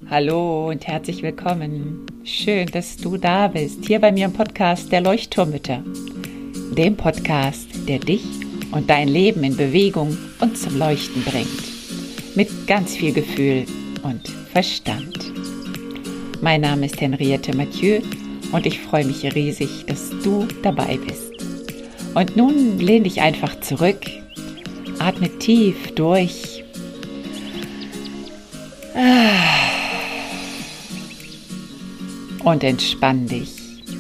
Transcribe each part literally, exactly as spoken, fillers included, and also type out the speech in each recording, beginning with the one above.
Hallo und herzlich willkommen. Schön, dass du da bist, hier bei mir im Podcast der Leuchtturmmütter. Dem Podcast, der dich und dein Leben in Bewegung und zum Leuchten bringt. Mit ganz viel Gefühl und Verstand. Mein Name ist Henriette Mathieu und ich freue mich riesig, dass du dabei bist. Und nun lehn dich einfach zurück, atme tief durch. Und entspann dich.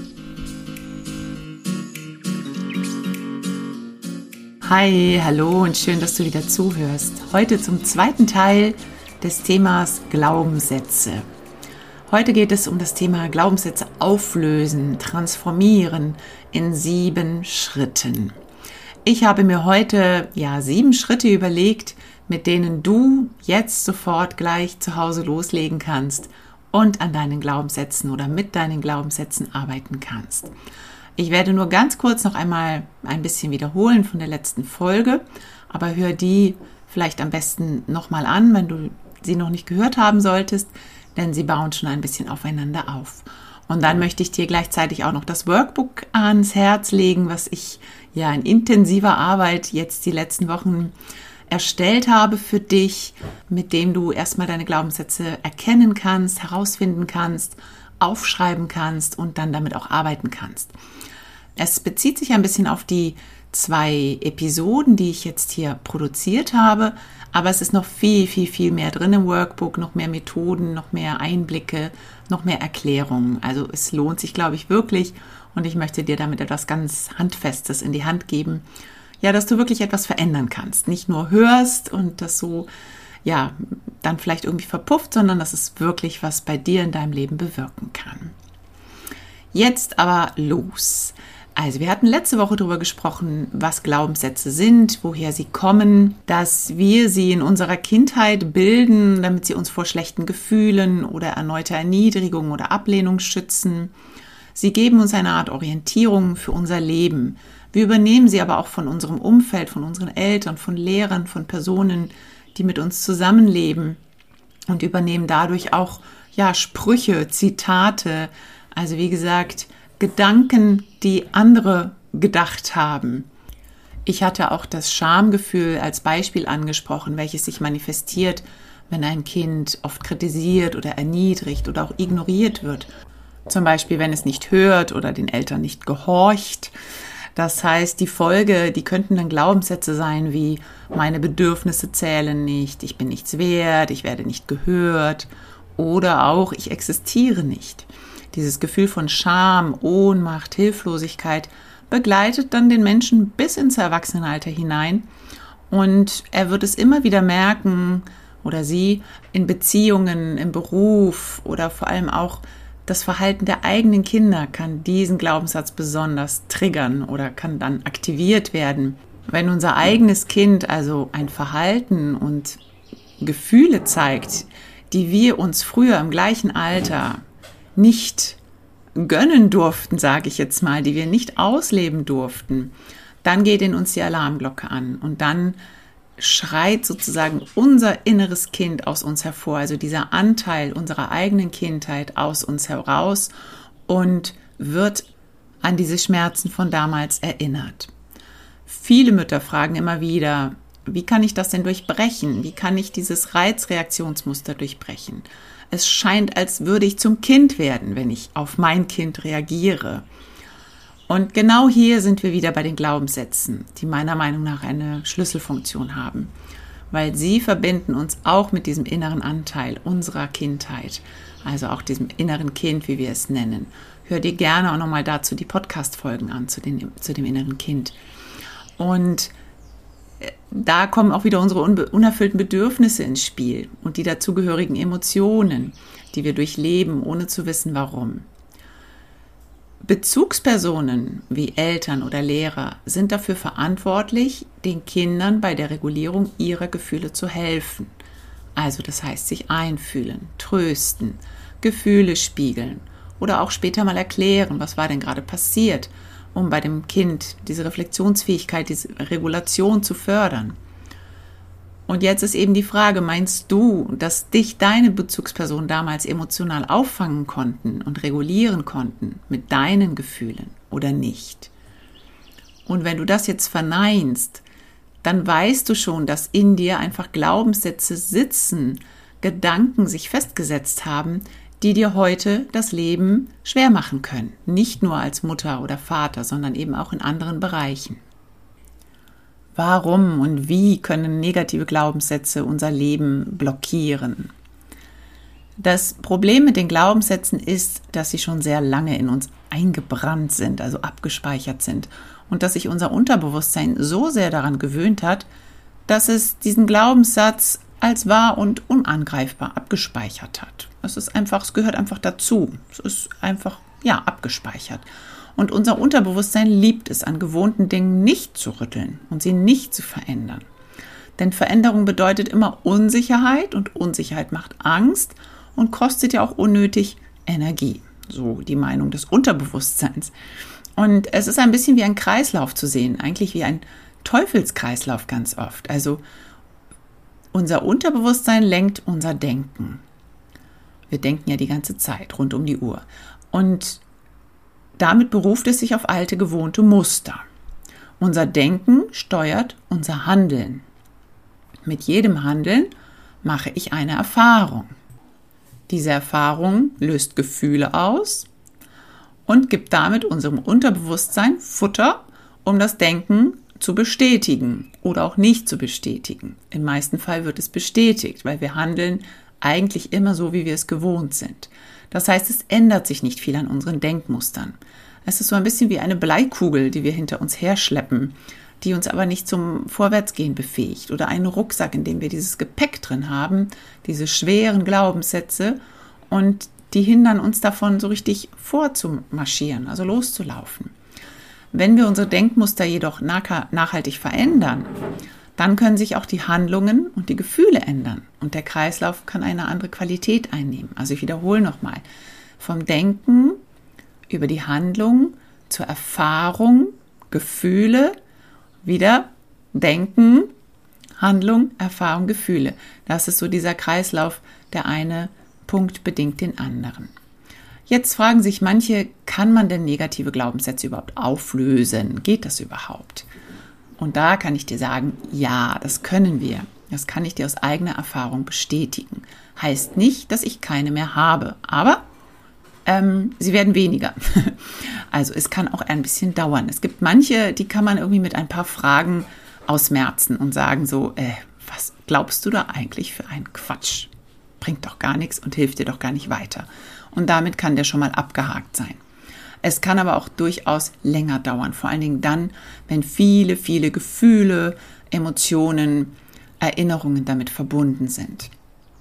Hi, hallo und schön, dass du wieder zuhörst. Heute zum zweiten Teil des Themas Glaubenssätze. Heute geht es um das Thema Glaubenssätze auflösen, transformieren in sieben Schritten. Ich habe mir heute ja sieben Schritte überlegt, mit denen du jetzt sofort gleich zu Hause loslegen kannst und an deinen Glaubenssätzen oder mit deinen Glaubenssätzen arbeiten kannst. Ich werde nur ganz kurz noch einmal ein bisschen wiederholen von der letzten Folge, aber hör die vielleicht am besten nochmal an, wenn du sie noch nicht gehört haben solltest, denn sie bauen schon ein bisschen aufeinander auf. Und dann möchte ich dir gleichzeitig auch noch das Workbook ans Herz legen, was ich ja in intensiver Arbeit jetzt die letzten Wochen erstellt habe für dich, mit dem du erstmal deine Glaubenssätze erkennen kannst, herausfinden kannst, aufschreiben kannst und dann damit auch arbeiten kannst. Es bezieht sich ein bisschen auf die zwei Episoden, die ich jetzt hier produziert habe, aber es ist noch viel, viel, viel mehr drin im Workbook, noch mehr Methoden, noch mehr Einblicke, noch mehr Erklärungen. Also es lohnt sich, glaube ich, wirklich und ich möchte dir damit etwas ganz Handfestes in die Hand geben, ja, dass du wirklich etwas verändern kannst. Nicht nur hörst und das so, ja, dann vielleicht irgendwie verpufft, sondern dass es wirklich was bei dir in deinem Leben bewirken kann. Jetzt aber los. Also wir hatten letzte Woche darüber gesprochen, was Glaubenssätze sind, woher sie kommen, dass wir sie in unserer Kindheit bilden, damit sie uns vor schlechten Gefühlen oder erneuter Erniedrigung oder Ablehnung schützen. Sie geben uns eine Art Orientierung für unser Leben. Wir übernehmen sie aber auch von unserem Umfeld, von unseren Eltern, von Lehrern, von Personen, die mit uns zusammenleben und übernehmen dadurch auch ja, Sprüche, Zitate, also wie gesagt, Gedanken, die andere gedacht haben. Ich hatte auch das Schamgefühl als Beispiel angesprochen, welches sich manifestiert, wenn ein Kind oft kritisiert oder erniedrigt oder auch ignoriert wird. Zum Beispiel, wenn es nicht hört oder den Eltern nicht gehorcht. Das heißt, die Folge, die könnten dann Glaubenssätze sein wie meine Bedürfnisse zählen nicht, ich bin nichts wert, ich werde nicht gehört oder auch ich existiere nicht. Dieses Gefühl von Scham, Ohnmacht, Hilflosigkeit begleitet dann den Menschen bis ins Erwachsenenalter hinein und er wird es immer wieder merken oder sie in Beziehungen, im Beruf oder vor allem auch das Verhalten der eigenen Kinder kann diesen Glaubenssatz besonders triggern oder kann dann aktiviert werden. Wenn unser eigenes Kind also ein Verhalten und Gefühle zeigt, die wir uns früher im gleichen Alter nicht gönnen durften, sage ich jetzt mal, die wir nicht ausleben durften, dann geht in uns die Alarmglocke an und dann schreit sozusagen unser inneres Kind aus uns hervor, also dieser Anteil unserer eigenen Kindheit aus uns heraus und wird an diese Schmerzen von damals erinnert. Viele Mütter fragen immer wieder, wie kann ich das denn durchbrechen? Wie kann ich dieses Reizreaktionsmuster durchbrechen? Es scheint, als würde ich zum Kind werden, wenn ich auf mein Kind reagiere. Und genau hier sind wir wieder bei den Glaubenssätzen, die meiner Meinung nach eine Schlüsselfunktion haben, weil sie verbinden uns auch mit diesem inneren Anteil unserer Kindheit, also auch diesem inneren Kind, wie wir es nennen. Hör dir gerne auch nochmal dazu die Podcast-Folgen an, zu, den, zu dem inneren Kind. Und da kommen auch wieder unsere unerfüllten Bedürfnisse ins Spiel und die dazugehörigen Emotionen, die wir durchleben, ohne zu wissen, warum. Bezugspersonen wie Eltern oder Lehrer sind dafür verantwortlich, den Kindern bei der Regulierung ihrer Gefühle zu helfen. Also das heißt, sich einfühlen, trösten, Gefühle spiegeln oder auch später mal erklären, was war denn gerade passiert, um bei dem Kind diese Reflexionsfähigkeit, diese Regulation zu fördern. Und jetzt ist eben die Frage, meinst du, dass dich deine Bezugspersonen damals emotional auffangen konnten und regulieren konnten mit deinen Gefühlen oder nicht? Und wenn du das jetzt verneinst, dann weißt du schon, dass in dir einfach Glaubenssätze sitzen, Gedanken sich festgesetzt haben, die dir heute das Leben schwer machen können. Nicht nur als Mutter oder Vater, sondern eben auch in anderen Bereichen. Warum und wie können negative Glaubenssätze unser Leben blockieren? Das Problem mit den Glaubenssätzen ist, dass sie schon sehr lange in uns eingebrannt sind, also abgespeichert sind. Und dass sich unser Unterbewusstsein so sehr daran gewöhnt hat, dass es diesen Glaubenssatz als wahr und unangreifbar abgespeichert hat. Es ist einfach, es gehört einfach dazu. Es ist einfach, ja, abgespeichert. Und unser Unterbewusstsein liebt es, an gewohnten Dingen nicht zu rütteln und sie nicht zu verändern. Denn Veränderung bedeutet immer Unsicherheit und Unsicherheit macht Angst und kostet ja auch unnötig Energie. So die Meinung des Unterbewusstseins. Und es ist ein bisschen wie ein Kreislauf zu sehen, eigentlich wie ein Teufelskreislauf ganz oft. Also unser Unterbewusstsein lenkt unser Denken. Wir denken ja die ganze Zeit, rund um die Uhr. Und damit beruft es sich auf alte, gewohnte Muster. Unser Denken steuert unser Handeln. Mit jedem Handeln mache ich eine Erfahrung. Diese Erfahrung löst Gefühle aus und gibt damit unserem Unterbewusstsein Futter, um das Denken zu bestätigen oder auch nicht zu bestätigen. Im meisten Fall wird es bestätigt, weil wir handeln eigentlich immer so, wie wir es gewohnt sind. Das heißt, es ändert sich nicht viel an unseren Denkmustern. Es ist so ein bisschen wie eine Bleikugel, die wir hinter uns herschleppen, die uns aber nicht zum Vorwärtsgehen befähigt. Oder einen Rucksack, in dem wir dieses Gepäck drin haben, diese schweren Glaubenssätze, und die hindern uns davon, so richtig vorzumarschieren, also loszulaufen. Wenn wir unsere Denkmuster jedoch nachhaltig verändern, dann können sich auch die Handlungen und die Gefühle ändern und der Kreislauf kann eine andere Qualität einnehmen. Also ich wiederhole nochmal, vom Denken über die Handlung zur Erfahrung, Gefühle, wieder Denken, Handlung, Erfahrung, Gefühle. Das ist so dieser Kreislauf, der eine Punkt bedingt den anderen. Jetzt fragen sich manche, kann man denn negative Glaubenssätze überhaupt auflösen? Geht das überhaupt? Und da kann ich dir sagen, ja, das können wir. Das kann ich dir aus eigener Erfahrung bestätigen. Heißt nicht, dass ich keine mehr habe, aber ähm, sie werden weniger. Also es kann auch ein bisschen dauern. Es gibt manche, die kann man irgendwie mit ein paar Fragen ausmerzen und sagen so, äh, was glaubst du da eigentlich für einen Quatsch? Bringt doch gar nichts und hilft dir doch gar nicht weiter. Und damit kann der schon mal abgehakt sein. Es kann aber auch durchaus länger dauern, vor allen Dingen dann, wenn viele, viele Gefühle, Emotionen, Erinnerungen damit verbunden sind.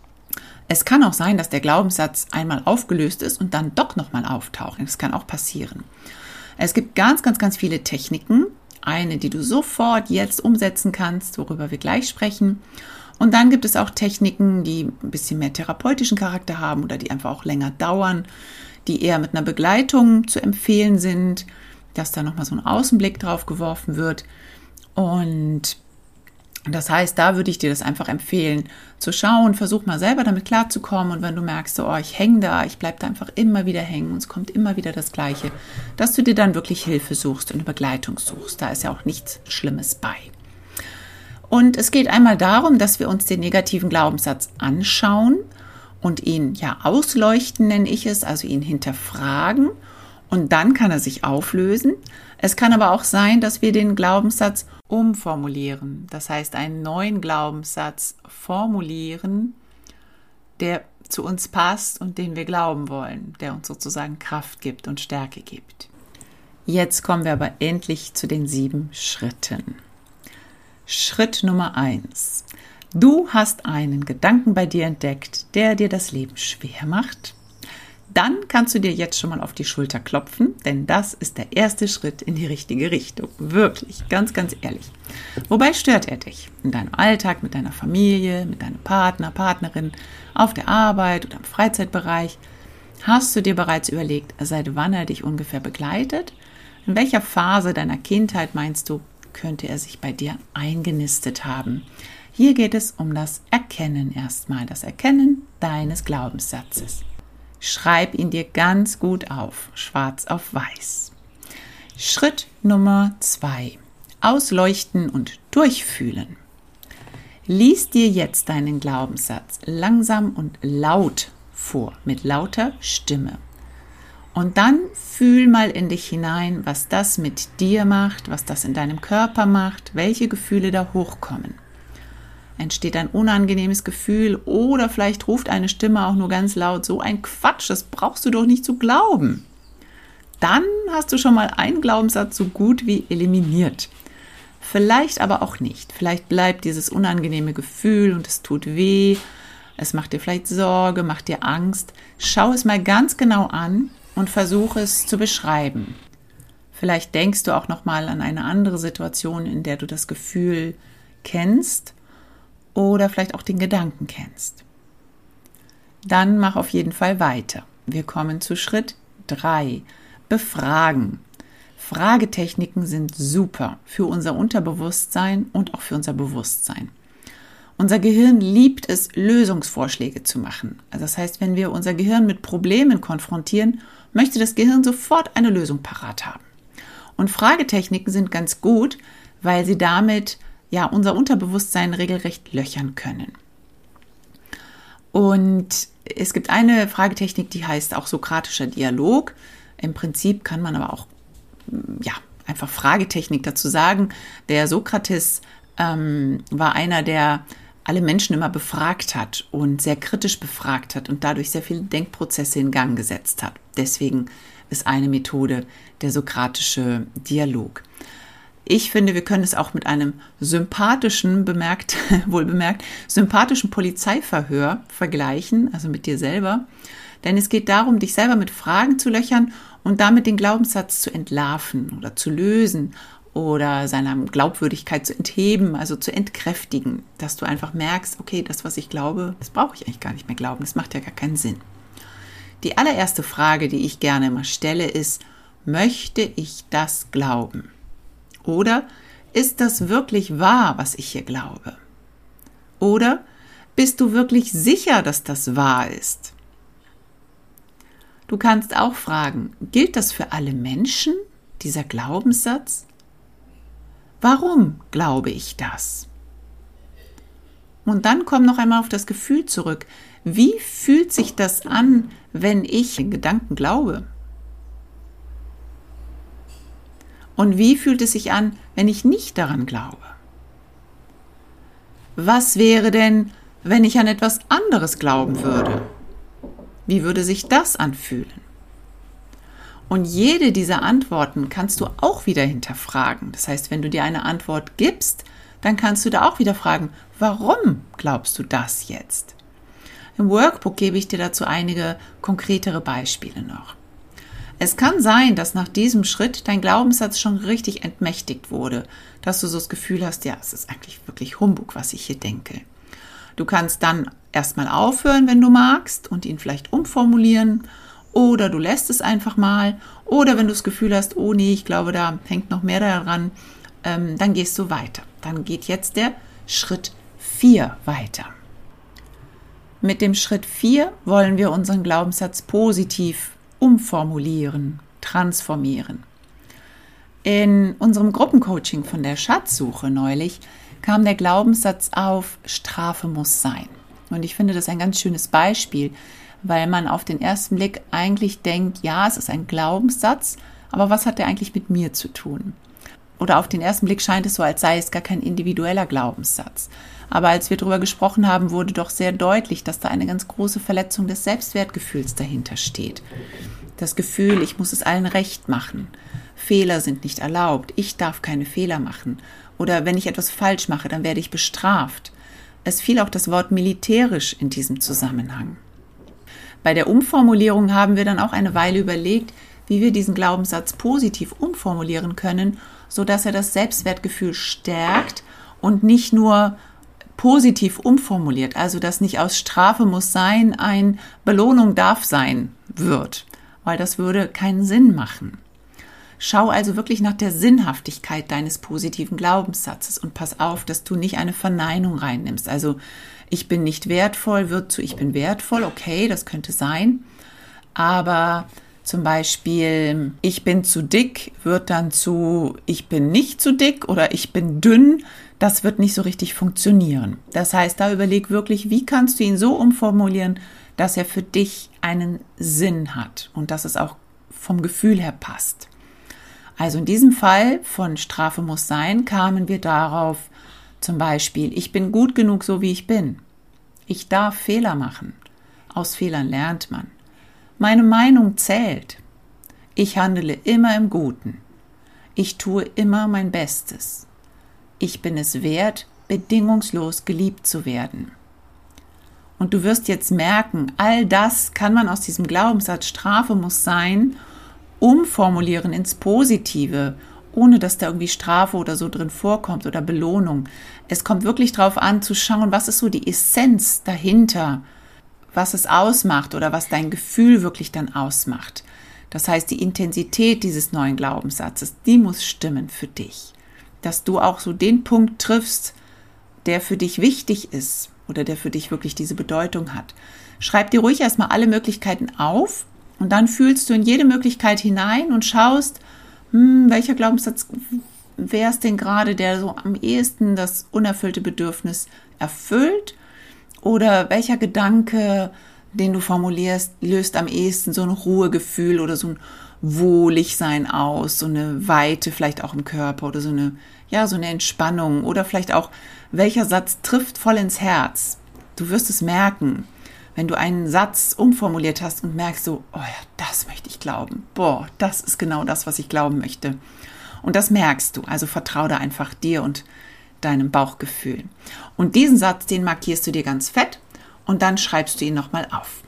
Es kann auch sein, dass der Glaubenssatz einmal aufgelöst ist und dann doch nochmal auftaucht. Das kann auch passieren. Es gibt ganz, ganz, ganz viele Techniken. Eine, die du sofort jetzt umsetzen kannst, worüber wir gleich sprechen. Und dann gibt es auch Techniken, die ein bisschen mehr therapeutischen Charakter haben oder die einfach auch länger dauern, die eher mit einer Begleitung zu empfehlen sind, dass da nochmal so ein Außenblick drauf geworfen wird. Und das heißt, da würde ich dir das einfach empfehlen, zu schauen, versuch mal selber damit klarzukommen und wenn du merkst, so, oh, ich hänge da, ich bleibe da einfach immer wieder hängen und es kommt immer wieder das Gleiche, dass du dir dann wirklich Hilfe suchst und eine Begleitung suchst. Da ist ja auch nichts Schlimmes bei. Und es geht einmal darum, dass wir uns den negativen Glaubenssatz anschauen und ihn ja ausleuchten, nenne ich es, also ihn hinterfragen und dann kann er sich auflösen. Es kann aber auch sein, dass wir den Glaubenssatz umformulieren, das heißt einen neuen Glaubenssatz formulieren, der zu uns passt und den wir glauben wollen, der uns sozusagen Kraft gibt und Stärke gibt. Jetzt kommen wir aber endlich zu den sieben Schritten. Schritt Nummer eins. Du hast einen Gedanken bei dir entdeckt, der dir das Leben schwer macht. Dann kannst du dir jetzt schon mal auf die Schulter klopfen, denn das ist der erste Schritt in die richtige Richtung. Wirklich, ganz, ganz ehrlich. Wobei stört er dich? In deinem Alltag, mit deiner Familie, mit deinem Partner, Partnerin, auf der Arbeit oder im Freizeitbereich? Hast du dir bereits überlegt, seit wann er dich ungefähr begleitet? In welcher Phase deiner Kindheit meinst du, könnte er sich bei dir eingenistet haben? Hier geht es um das Erkennen erstmal, das Erkennen deines Glaubenssatzes. Schreib ihn dir ganz gut auf, schwarz auf weiß. Schritt Nummer zwei. Ausleuchten und durchfühlen. Lies dir jetzt deinen Glaubenssatz langsam und laut vor, mit lauter Stimme. Und dann fühl mal in dich hinein, was das mit dir macht, was das in deinem Körper macht, welche Gefühle da hochkommen. Entsteht ein unangenehmes Gefühl oder vielleicht ruft eine Stimme auch nur ganz laut, so ein Quatsch, das brauchst du doch nicht zu glauben. Dann hast du schon mal einen Glaubenssatz so gut wie eliminiert. Vielleicht aber auch nicht. Vielleicht bleibt dieses unangenehme Gefühl und es tut weh, es macht dir vielleicht Sorge, macht dir Angst. Schau es mal ganz genau an und versuche es zu beschreiben. Vielleicht denkst du auch noch mal an eine andere Situation, in der du das Gefühl kennst oder vielleicht auch den Gedanken kennst. Dann mach auf jeden Fall weiter. Wir kommen zu Schritt drei. Befragen. Fragetechniken sind super für unser Unterbewusstsein und auch für unser Bewusstsein. Unser Gehirn liebt es, Lösungsvorschläge zu machen. Also das heißt, wenn wir unser Gehirn mit Problemen konfrontieren, möchte das Gehirn sofort eine Lösung parat haben. Und Fragetechniken sind ganz gut, weil sie damit ja unser Unterbewusstsein regelrecht löchern können. Und es gibt eine Fragetechnik, die heißt auch sokratischer Dialog. Im Prinzip kann man aber auch ja, einfach Fragetechnik dazu sagen. Der Sokrates ähm, war einer, der alle Menschen immer befragt hat und sehr kritisch befragt hat und dadurch sehr viele Denkprozesse in Gang gesetzt hat. Deswegen ist eine Methode der sokratische Dialog. Ich finde, wir können es auch mit einem sympathischen, bemerkt, wohl bemerkt, sympathischen Polizeiverhör vergleichen, also mit dir selber. Denn es geht darum, dich selber mit Fragen zu löchern und damit den Glaubenssatz zu entlarven oder zu lösen oder seiner Glaubwürdigkeit zu entheben, also zu entkräftigen, dass du einfach merkst, okay, das, was ich glaube, das brauche ich eigentlich gar nicht mehr glauben, das macht ja gar keinen Sinn. Die allererste Frage, die ich gerne immer stelle, ist, möchte ich das glauben? Oder ist das wirklich wahr, was ich hier glaube? Oder bist du wirklich sicher, dass das wahr ist? Du kannst auch fragen, gilt das für alle Menschen, dieser Glaubenssatz? Warum glaube ich das? Und dann komm noch einmal auf das Gefühl zurück. Wie fühlt sich das an, wenn ich den Gedanken glaube? Und wie fühlt es sich an, wenn ich nicht daran glaube? Was wäre denn, wenn ich an etwas anderes glauben würde? Wie würde sich das anfühlen? Und jede dieser Antworten kannst du auch wieder hinterfragen. Das heißt, wenn du dir eine Antwort gibst, dann kannst du da auch wieder fragen, warum glaubst du das jetzt? Im Workbook gebe ich dir dazu einige konkretere Beispiele noch. Es kann sein, dass nach diesem Schritt dein Glaubenssatz schon richtig entmächtigt wurde, dass du so das Gefühl hast, ja, es ist eigentlich wirklich Humbug, was ich hier denke. Du kannst dann erstmal aufhören, wenn du magst, und ihn vielleicht umformulieren, oder du lässt es einfach mal, oder wenn du das Gefühl hast, oh nee, ich glaube, da hängt noch mehr daran, ähm, dann gehst du weiter. Dann geht jetzt der Schritt vier weiter. Mit dem Schritt vier wollen wir unseren Glaubenssatz positiv umformulieren, transformieren. In unserem Gruppencoaching von der Schatzsuche neulich kam der Glaubenssatz auf, Strafe muss sein. Und ich finde das ein ganz schönes Beispiel, weil man auf den ersten Blick eigentlich denkt, ja, es ist ein Glaubenssatz, aber was hat der eigentlich mit mir zu tun? Oder auf den ersten Blick scheint es so, als sei es gar kein individueller Glaubenssatz. Aber als wir darüber gesprochen haben, wurde doch sehr deutlich, dass da eine ganz große Verletzung des Selbstwertgefühls dahinter steht. Das Gefühl, ich muss es allen recht machen. Fehler sind nicht erlaubt. Ich darf keine Fehler machen. Oder wenn ich etwas falsch mache, dann werde ich bestraft. Es fiel auch das Wort militärisch in diesem Zusammenhang. Bei der Umformulierung haben wir dann auch eine Weile überlegt, wie wir diesen Glaubenssatz positiv umformulieren können, sodass er das Selbstwertgefühl stärkt und nicht nur positiv umformuliert, also dass nicht aus Strafe muss sein, ein Belohnung darf sein wird, weil das würde keinen Sinn machen. Schau also wirklich nach der Sinnhaftigkeit deines positiven Glaubenssatzes und pass auf, dass du nicht eine Verneinung reinnimmst. Also ich bin nicht wertvoll wird zu ich bin wertvoll, okay, das könnte sein, aber zum Beispiel ich bin zu dick wird dann zu ich bin nicht zu dick oder ich bin dünn, das wird nicht so richtig funktionieren. Das heißt, da überleg wirklich, wie kannst du ihn so umformulieren, dass er für dich einen Sinn hat und dass es auch vom Gefühl her passt. Also in diesem Fall von Strafe muss sein, kamen wir darauf, zum Beispiel, ich bin gut genug, so wie ich bin. Ich darf Fehler machen. Aus Fehlern lernt man. Meine Meinung zählt. Ich handle immer im Guten. Ich tue immer mein Bestes. Ich bin es wert, bedingungslos geliebt zu werden. Und du wirst jetzt merken, all das kann man aus diesem Glaubenssatz Strafe muss sein, umformulieren ins Positive, ohne dass da irgendwie Strafe oder so drin vorkommt oder Belohnung. Es kommt wirklich darauf an, zu schauen, was ist so die Essenz dahinter, was es ausmacht oder was dein Gefühl wirklich dann ausmacht. Das heißt, die Intensität dieses neuen Glaubenssatzes, die muss stimmen für dich. Dass du auch so den Punkt triffst, der für dich wichtig ist oder der für dich wirklich diese Bedeutung hat. Schreib dir ruhig erstmal alle Möglichkeiten auf und dann fühlst du in jede Möglichkeit hinein und schaust, hm, welcher Glaubenssatz wäre es denn gerade, der so am ehesten das unerfüllte Bedürfnis erfüllt, oder welcher Gedanke, den du formulierst, löst am ehesten so ein Ruhegefühl oder so ein Wohligsein aus, so eine Weite vielleicht auch im Körper oder so eine, ja, so eine Entspannung, oder vielleicht auch, welcher Satz trifft voll ins Herz. Du wirst es merken, wenn du einen Satz umformuliert hast und merkst so, oh ja, das möchte ich glauben. Boah, das ist genau das, was ich glauben möchte. Und das merkst du. Also vertraue da einfach dir und deinem Bauchgefühl. Und diesen Satz, den markierst du dir ganz fett und dann schreibst du ihn nochmal auf.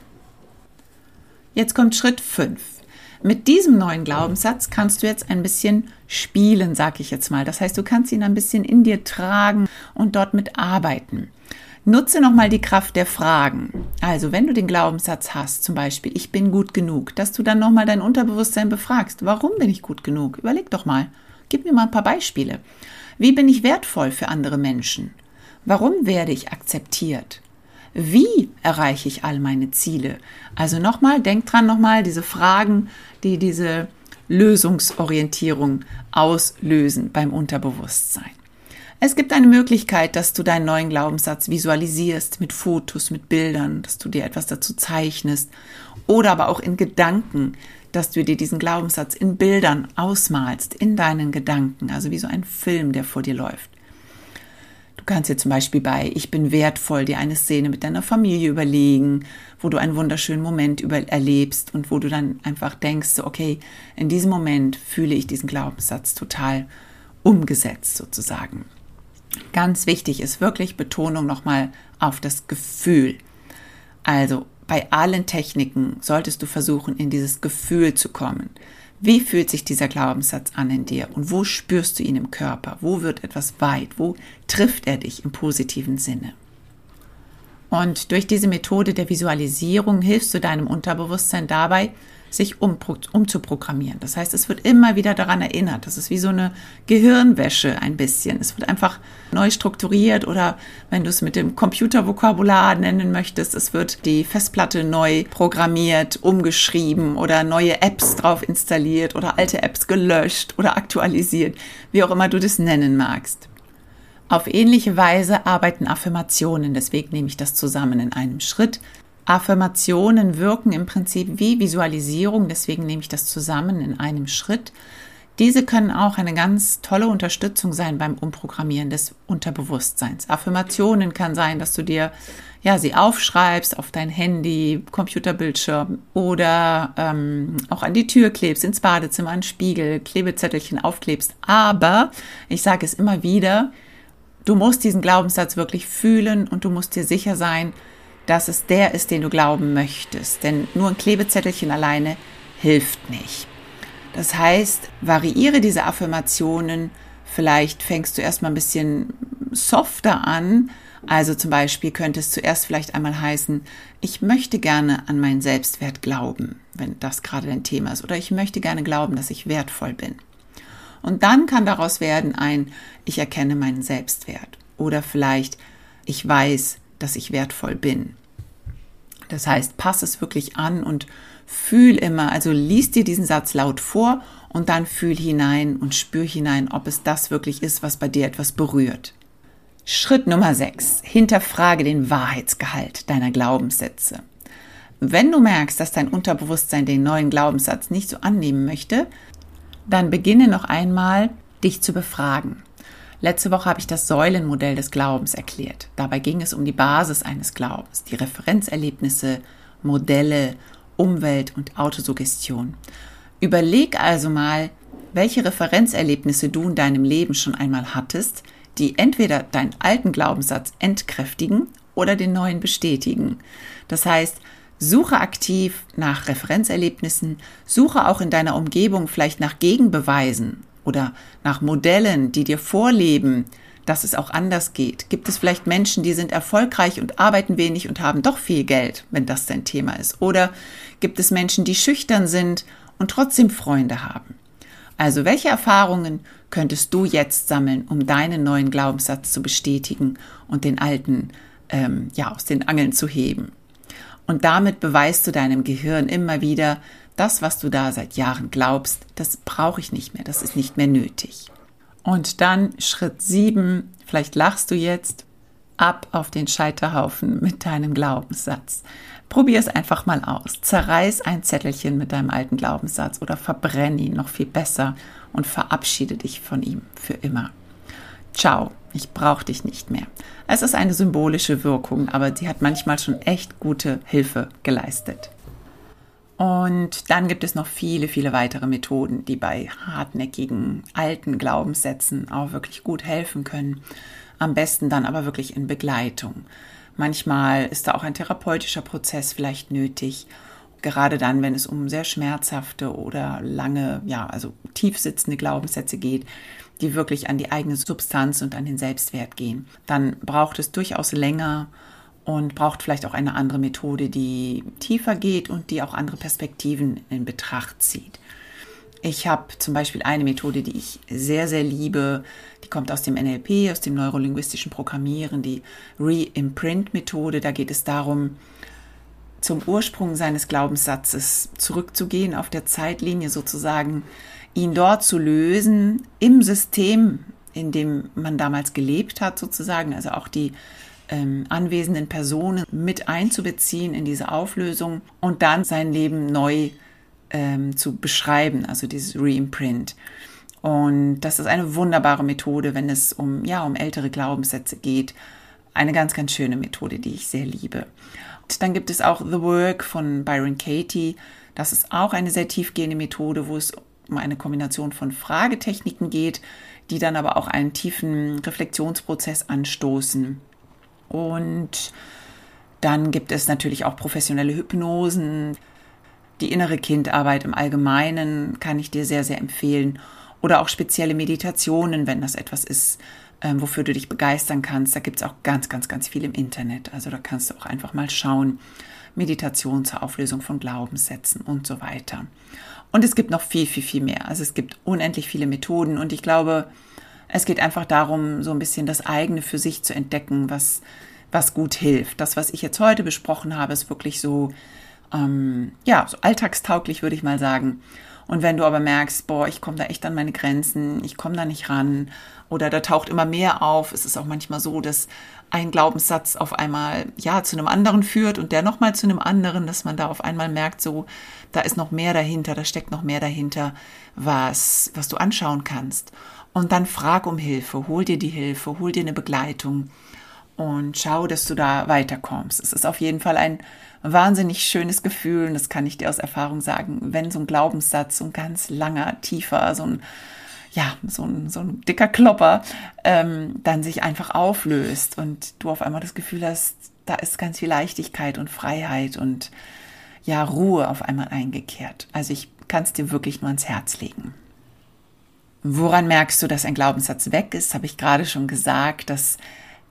Jetzt kommt Schritt fünf. Mit diesem neuen Glaubenssatz kannst du jetzt ein bisschen spielen, sag ich jetzt mal. Das heißt, du kannst ihn ein bisschen in dir tragen und dort mitarbeiten. Nutze nochmal die Kraft der Fragen. Also wenn du den Glaubenssatz hast, zum Beispiel, ich bin gut genug, dass du dann nochmal dein Unterbewusstsein befragst. Warum bin ich gut genug? Überleg doch mal. Gib mir mal ein paar Beispiele. Wie bin ich wertvoll für andere Menschen? Warum werde ich akzeptiert? Wie erreiche ich all meine Ziele? Also nochmal, denk dran nochmal, diese Fragen, die diese Lösungsorientierung auslösen beim Unterbewusstsein. Es gibt eine Möglichkeit, dass du deinen neuen Glaubenssatz visualisierst mit Fotos, mit Bildern, dass du dir etwas dazu zeichnest oder aber auch in Gedanken, dass du dir diesen Glaubenssatz in Bildern ausmalst, in deinen Gedanken, also wie so ein Film, der vor dir läuft. Du kannst dir zum Beispiel bei Ich bin wertvoll dir eine Szene mit deiner Familie überlegen, wo du einen wunderschönen Moment über erlebst und wo du dann einfach denkst, so, okay, in diesem Moment fühle ich diesen Glaubenssatz total umgesetzt sozusagen. Ganz wichtig ist wirklich Betonung nochmal auf das Gefühl. Also bei allen Techniken solltest du versuchen, in dieses Gefühl zu kommen. Wie fühlt sich dieser Glaubenssatz an in dir und wo spürst du ihn im Körper? Wo wird etwas weit? Wo trifft er dich im positiven Sinne? Und durch diese Methode der Visualisierung hilfst du deinem Unterbewusstsein dabei, sich um, umzuprogrammieren. Das heißt, es wird immer wieder daran erinnert. Das ist wie so eine Gehirnwäsche ein bisschen. Es wird einfach neu strukturiert oder wenn du es mit dem Computervokabular nennen möchtest, es wird die Festplatte neu programmiert, umgeschrieben oder neue Apps drauf installiert oder alte Apps gelöscht oder aktualisiert, wie auch immer du das nennen magst. Auf ähnliche Weise arbeiten Affirmationen, deswegen nehme ich das zusammen in einem Schritt. Affirmationen wirken im Prinzip wie Visualisierung, deswegen nehme ich das zusammen in einem Schritt. Diese können auch eine ganz tolle Unterstützung sein beim Umprogrammieren des Unterbewusstseins. Affirmationen kann sein, dass du dir ja sie aufschreibst auf dein Handy, Computerbildschirm oder ähm, auch an die Tür klebst, ins Badezimmer, an den Spiegel, Klebezettelchen aufklebst. Aber, ich sage es immer wieder, du musst diesen Glaubenssatz wirklich fühlen und du musst dir sicher sein, dass es der ist, den du glauben möchtest. Denn nur ein Klebezettelchen alleine hilft nicht. Das heißt, variiere diese Affirmationen. Vielleicht fängst du erstmal ein bisschen softer an, Also zum Beispiel könnte es zuerst vielleicht einmal heißen, ich möchte gerne an meinen Selbstwert glauben, wenn das gerade dein Thema ist. Oder ich möchte gerne glauben, dass ich wertvoll bin. Und dann kann daraus werden ein, ich erkenne meinen Selbstwert. Oder vielleicht, ich weiß, dass ich wertvoll bin. Das heißt, pass es wirklich an und fühl immer, also lies dir diesen Satz laut vor und dann fühl hinein und spür hinein, ob es das wirklich ist, was bei dir etwas berührt. Schritt Nummer sechs. Hinterfrage den Wahrheitsgehalt deiner Glaubenssätze. Wenn du merkst, dass dein Unterbewusstsein den neuen Glaubenssatz nicht so annehmen möchte, dann beginne noch einmal, dich zu befragen. Letzte Woche habe ich das Säulenmodell des Glaubens erklärt. Dabei ging es um die Basis eines Glaubens, die Referenzerlebnisse, Modelle, Umwelt und Autosuggestion. Überleg also mal, welche Referenzerlebnisse du in deinem Leben schon einmal hattest, die entweder deinen alten Glaubenssatz entkräftigen oder den neuen bestätigen. Das heißt, suche aktiv nach Referenzerlebnissen, suche auch in deiner Umgebung vielleicht nach Gegenbeweisen oder nach Modellen, die dir vorleben, dass es auch anders geht. Gibt es vielleicht Menschen, die sind erfolgreich und arbeiten wenig und haben doch viel Geld, wenn das dein Thema ist? Oder gibt es Menschen, die schüchtern sind und trotzdem Freunde haben? Also welche Erfahrungen könntest du jetzt sammeln, um deinen neuen Glaubenssatz zu bestätigen und den alten ähm, ja, aus den Angeln zu heben? Und damit beweist du deinem Gehirn immer wieder, das, was du da seit Jahren glaubst, das brauche ich nicht mehr, das ist nicht mehr nötig. Und dann Schritt sieben, vielleicht lachst du jetzt, ab auf den Scheiterhaufen mit deinem Glaubenssatz. Probier es einfach mal aus. Zerreiß ein Zettelchen mit deinem alten Glaubenssatz oder verbrenn ihn, noch viel besser, und verabschiede dich von ihm für immer. Ciao, ich brauche dich nicht mehr. Es ist eine symbolische Wirkung, aber sie hat manchmal schon echt gute Hilfe geleistet. Und dann gibt es noch viele, viele weitere Methoden, die bei hartnäckigen, alten Glaubenssätzen auch wirklich gut helfen können. Am besten dann aber wirklich in Begleitung. Manchmal ist da auch ein therapeutischer Prozess vielleicht nötig, gerade dann, wenn es um sehr schmerzhafte oder lange, ja, also tief sitzende Glaubenssätze geht, die wirklich an die eigene Substanz und an den Selbstwert gehen. Dann braucht es durchaus länger und braucht vielleicht auch eine andere Methode, die tiefer geht und die auch andere Perspektiven in Betracht zieht. Ich habe zum Beispiel eine Methode, die ich sehr, sehr liebe, die kommt aus dem N L P, aus dem neurolinguistischen Programmieren, die Re-Imprint-Methode. Da geht es darum, zum Ursprung seines Glaubenssatzes zurückzugehen, auf der Zeitlinie sozusagen, ihn dort zu lösen, im System, in dem man damals gelebt hat sozusagen, also auch die ähm, anwesenden Personen mit einzubeziehen in diese Auflösung und dann sein Leben neu ähm, zu beschreiben, also dieses Reimprint. Und das ist eine wunderbare Methode, wenn es um, ja, um ältere Glaubenssätze geht. Eine ganz, ganz schöne Methode, die ich sehr liebe. Und dann gibt es auch The Work von Byron Katie. Das ist auch eine sehr tiefgehende Methode, wo es um eine Kombination von Fragetechniken geht, die dann aber auch einen tiefen Reflexionsprozess anstoßen. Und dann gibt es natürlich auch professionelle Hypnosen. Die innere Kindarbeit im Allgemeinen kann ich dir sehr, sehr empfehlen. Oder auch spezielle Meditationen, wenn das etwas ist, ähm, wofür du dich begeistern kannst. Da gibt es auch ganz, ganz, ganz viel im Internet. Also da kannst du auch einfach mal schauen. Meditation zur Auflösung von Glaubenssätzen und so weiter. Und es gibt noch viel, viel, viel mehr. Also es gibt unendlich viele Methoden und ich glaube, es geht einfach darum, so ein bisschen das eigene für sich zu entdecken, was, was gut hilft. Das, was ich jetzt heute besprochen habe, ist wirklich so, ähm, ja, so alltagstauglich, würde ich mal sagen. Und wenn du aber merkst, boah, ich komme da echt an meine Grenzen, ich komme da nicht ran oder da taucht immer mehr auf, es ist auch manchmal so, dass ein Glaubenssatz auf einmal ja zu einem anderen führt und der nochmal zu einem anderen, dass man da auf einmal merkt, so, da ist noch mehr dahinter, da steckt noch mehr dahinter, was, was du anschauen kannst. Und dann frag um Hilfe, hol dir die Hilfe, hol dir eine Begleitung und schau, dass du da weiterkommst. Es ist auf jeden Fall ein wahnsinnig schönes Gefühl und das kann ich dir aus Erfahrung sagen, wenn so ein Glaubenssatz, so ein ganz langer, tiefer, so ein ja, so ein, so ein dicker Klopper, ähm, dann sich einfach auflöst und du auf einmal das Gefühl hast, da ist ganz viel Leichtigkeit und Freiheit und ja, Ruhe auf einmal eingekehrt. Also ich kann es dir wirklich nur ans Herz legen. Woran merkst du, dass ein Glaubenssatz weg ist? Habe ich gerade schon gesagt, dass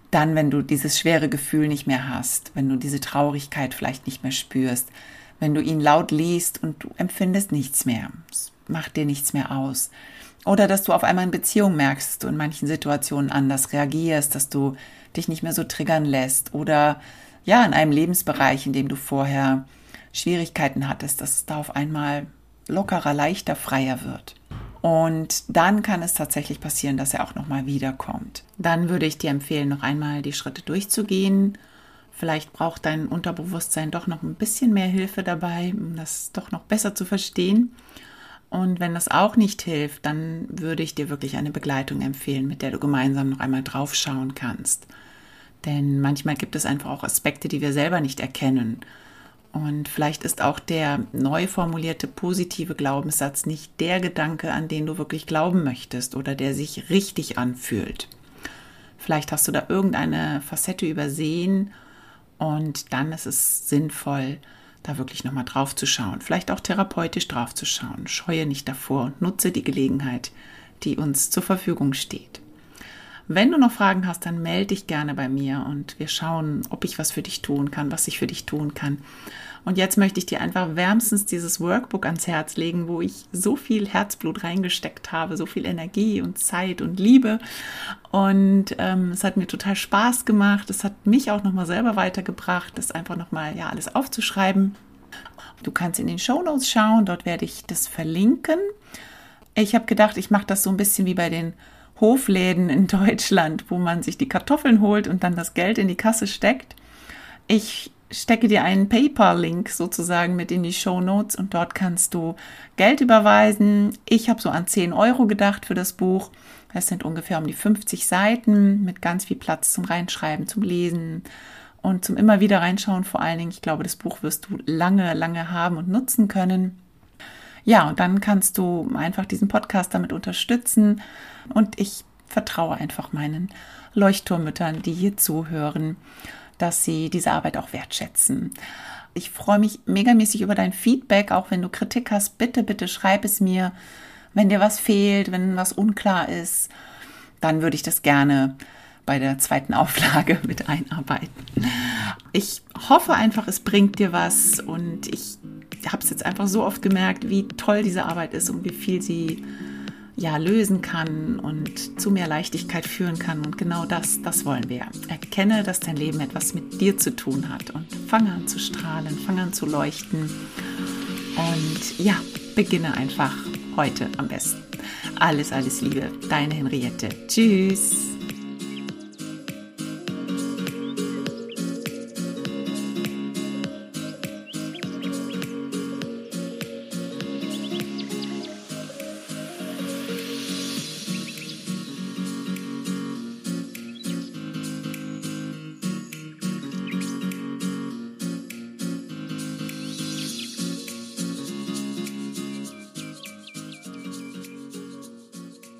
Dann, wenn du dieses schwere Gefühl nicht mehr hast, wenn du diese Traurigkeit vielleicht nicht mehr spürst, wenn du ihn laut liest und du empfindest nichts mehr, es macht dir nichts mehr aus. Oder dass du auf einmal in Beziehung merkst, dass du in manchen Situationen anders reagierst, dass du dich nicht mehr so triggern lässt. Oder ja, in einem Lebensbereich, in dem du vorher Schwierigkeiten hattest, dass es da auf einmal lockerer, leichter, freier wird. Und dann kann es tatsächlich passieren, dass er auch nochmal wiederkommt. Dann würde ich dir empfehlen, noch einmal die Schritte durchzugehen. Vielleicht braucht dein Unterbewusstsein doch noch ein bisschen mehr Hilfe dabei, um das doch noch besser zu verstehen. Und wenn das auch nicht hilft, dann würde ich dir wirklich eine Begleitung empfehlen, mit der du gemeinsam noch einmal drauf schauen kannst. Denn manchmal gibt es einfach auch Aspekte, die wir selber nicht erkennen. Und vielleicht ist auch der neu formulierte positive Glaubenssatz nicht der Gedanke, an den du wirklich glauben möchtest oder der sich richtig anfühlt. Vielleicht hast du da irgendeine Facette übersehen und dann ist es sinnvoll, da wirklich nochmal drauf zu schauen. Vielleicht auch therapeutisch drauf zu schauen. Scheue nicht davor und nutze die Gelegenheit, die uns zur Verfügung steht. Wenn du noch Fragen hast, dann melde dich gerne bei mir und wir schauen, ob ich was für dich tun kann, was ich für dich tun kann. Und jetzt möchte ich dir einfach wärmstens dieses Workbook ans Herz legen, wo ich so viel Herzblut reingesteckt habe, so viel Energie und Zeit und Liebe. Und ähm, es hat mir total Spaß gemacht. Es hat mich auch nochmal selber weitergebracht, das einfach nochmal ja, alles aufzuschreiben. Du kannst in den Shownotes schauen, dort werde ich das verlinken. Ich habe gedacht, ich mache das so ein bisschen wie bei den Hofläden in Deutschland, wo man sich die Kartoffeln holt und dann das Geld in die Kasse steckt. Ich stecke dir einen PayPal-Link sozusagen mit in die Shownotes und dort kannst du Geld überweisen. Ich habe so an zehn Euro gedacht für das Buch. Das sind ungefähr um die fünfzig Seiten mit ganz viel Platz zum Reinschreiben, zum Lesen und zum immer wieder reinschauen vor allen Dingen. Ich glaube, das Buch wirst du lange, lange haben und nutzen können. Ja, und dann kannst du einfach diesen Podcast damit unterstützen und ich vertraue einfach meinen Leuchtturmmüttern, die hier zuhören, dass sie diese Arbeit auch wertschätzen. Ich freue mich megamäßig über dein Feedback, auch wenn du Kritik hast, bitte, bitte schreib es mir. Wenn dir was fehlt, wenn was unklar ist, dann würde ich das gerne bei der zweiten Auflage mit einarbeiten. Ich hoffe einfach, es bringt dir was und ich habe es jetzt einfach so oft gemerkt, wie toll diese Arbeit ist und wie viel sie ja lösen kann und zu mehr Leichtigkeit führen kann. Und genau das, das wollen wir. Erkenne, dass dein Leben etwas mit dir zu tun hat und fange an zu strahlen, fange an zu leuchten und ja, beginne einfach heute am besten. Alles, alles Liebe, deine Henriette. Tschüss.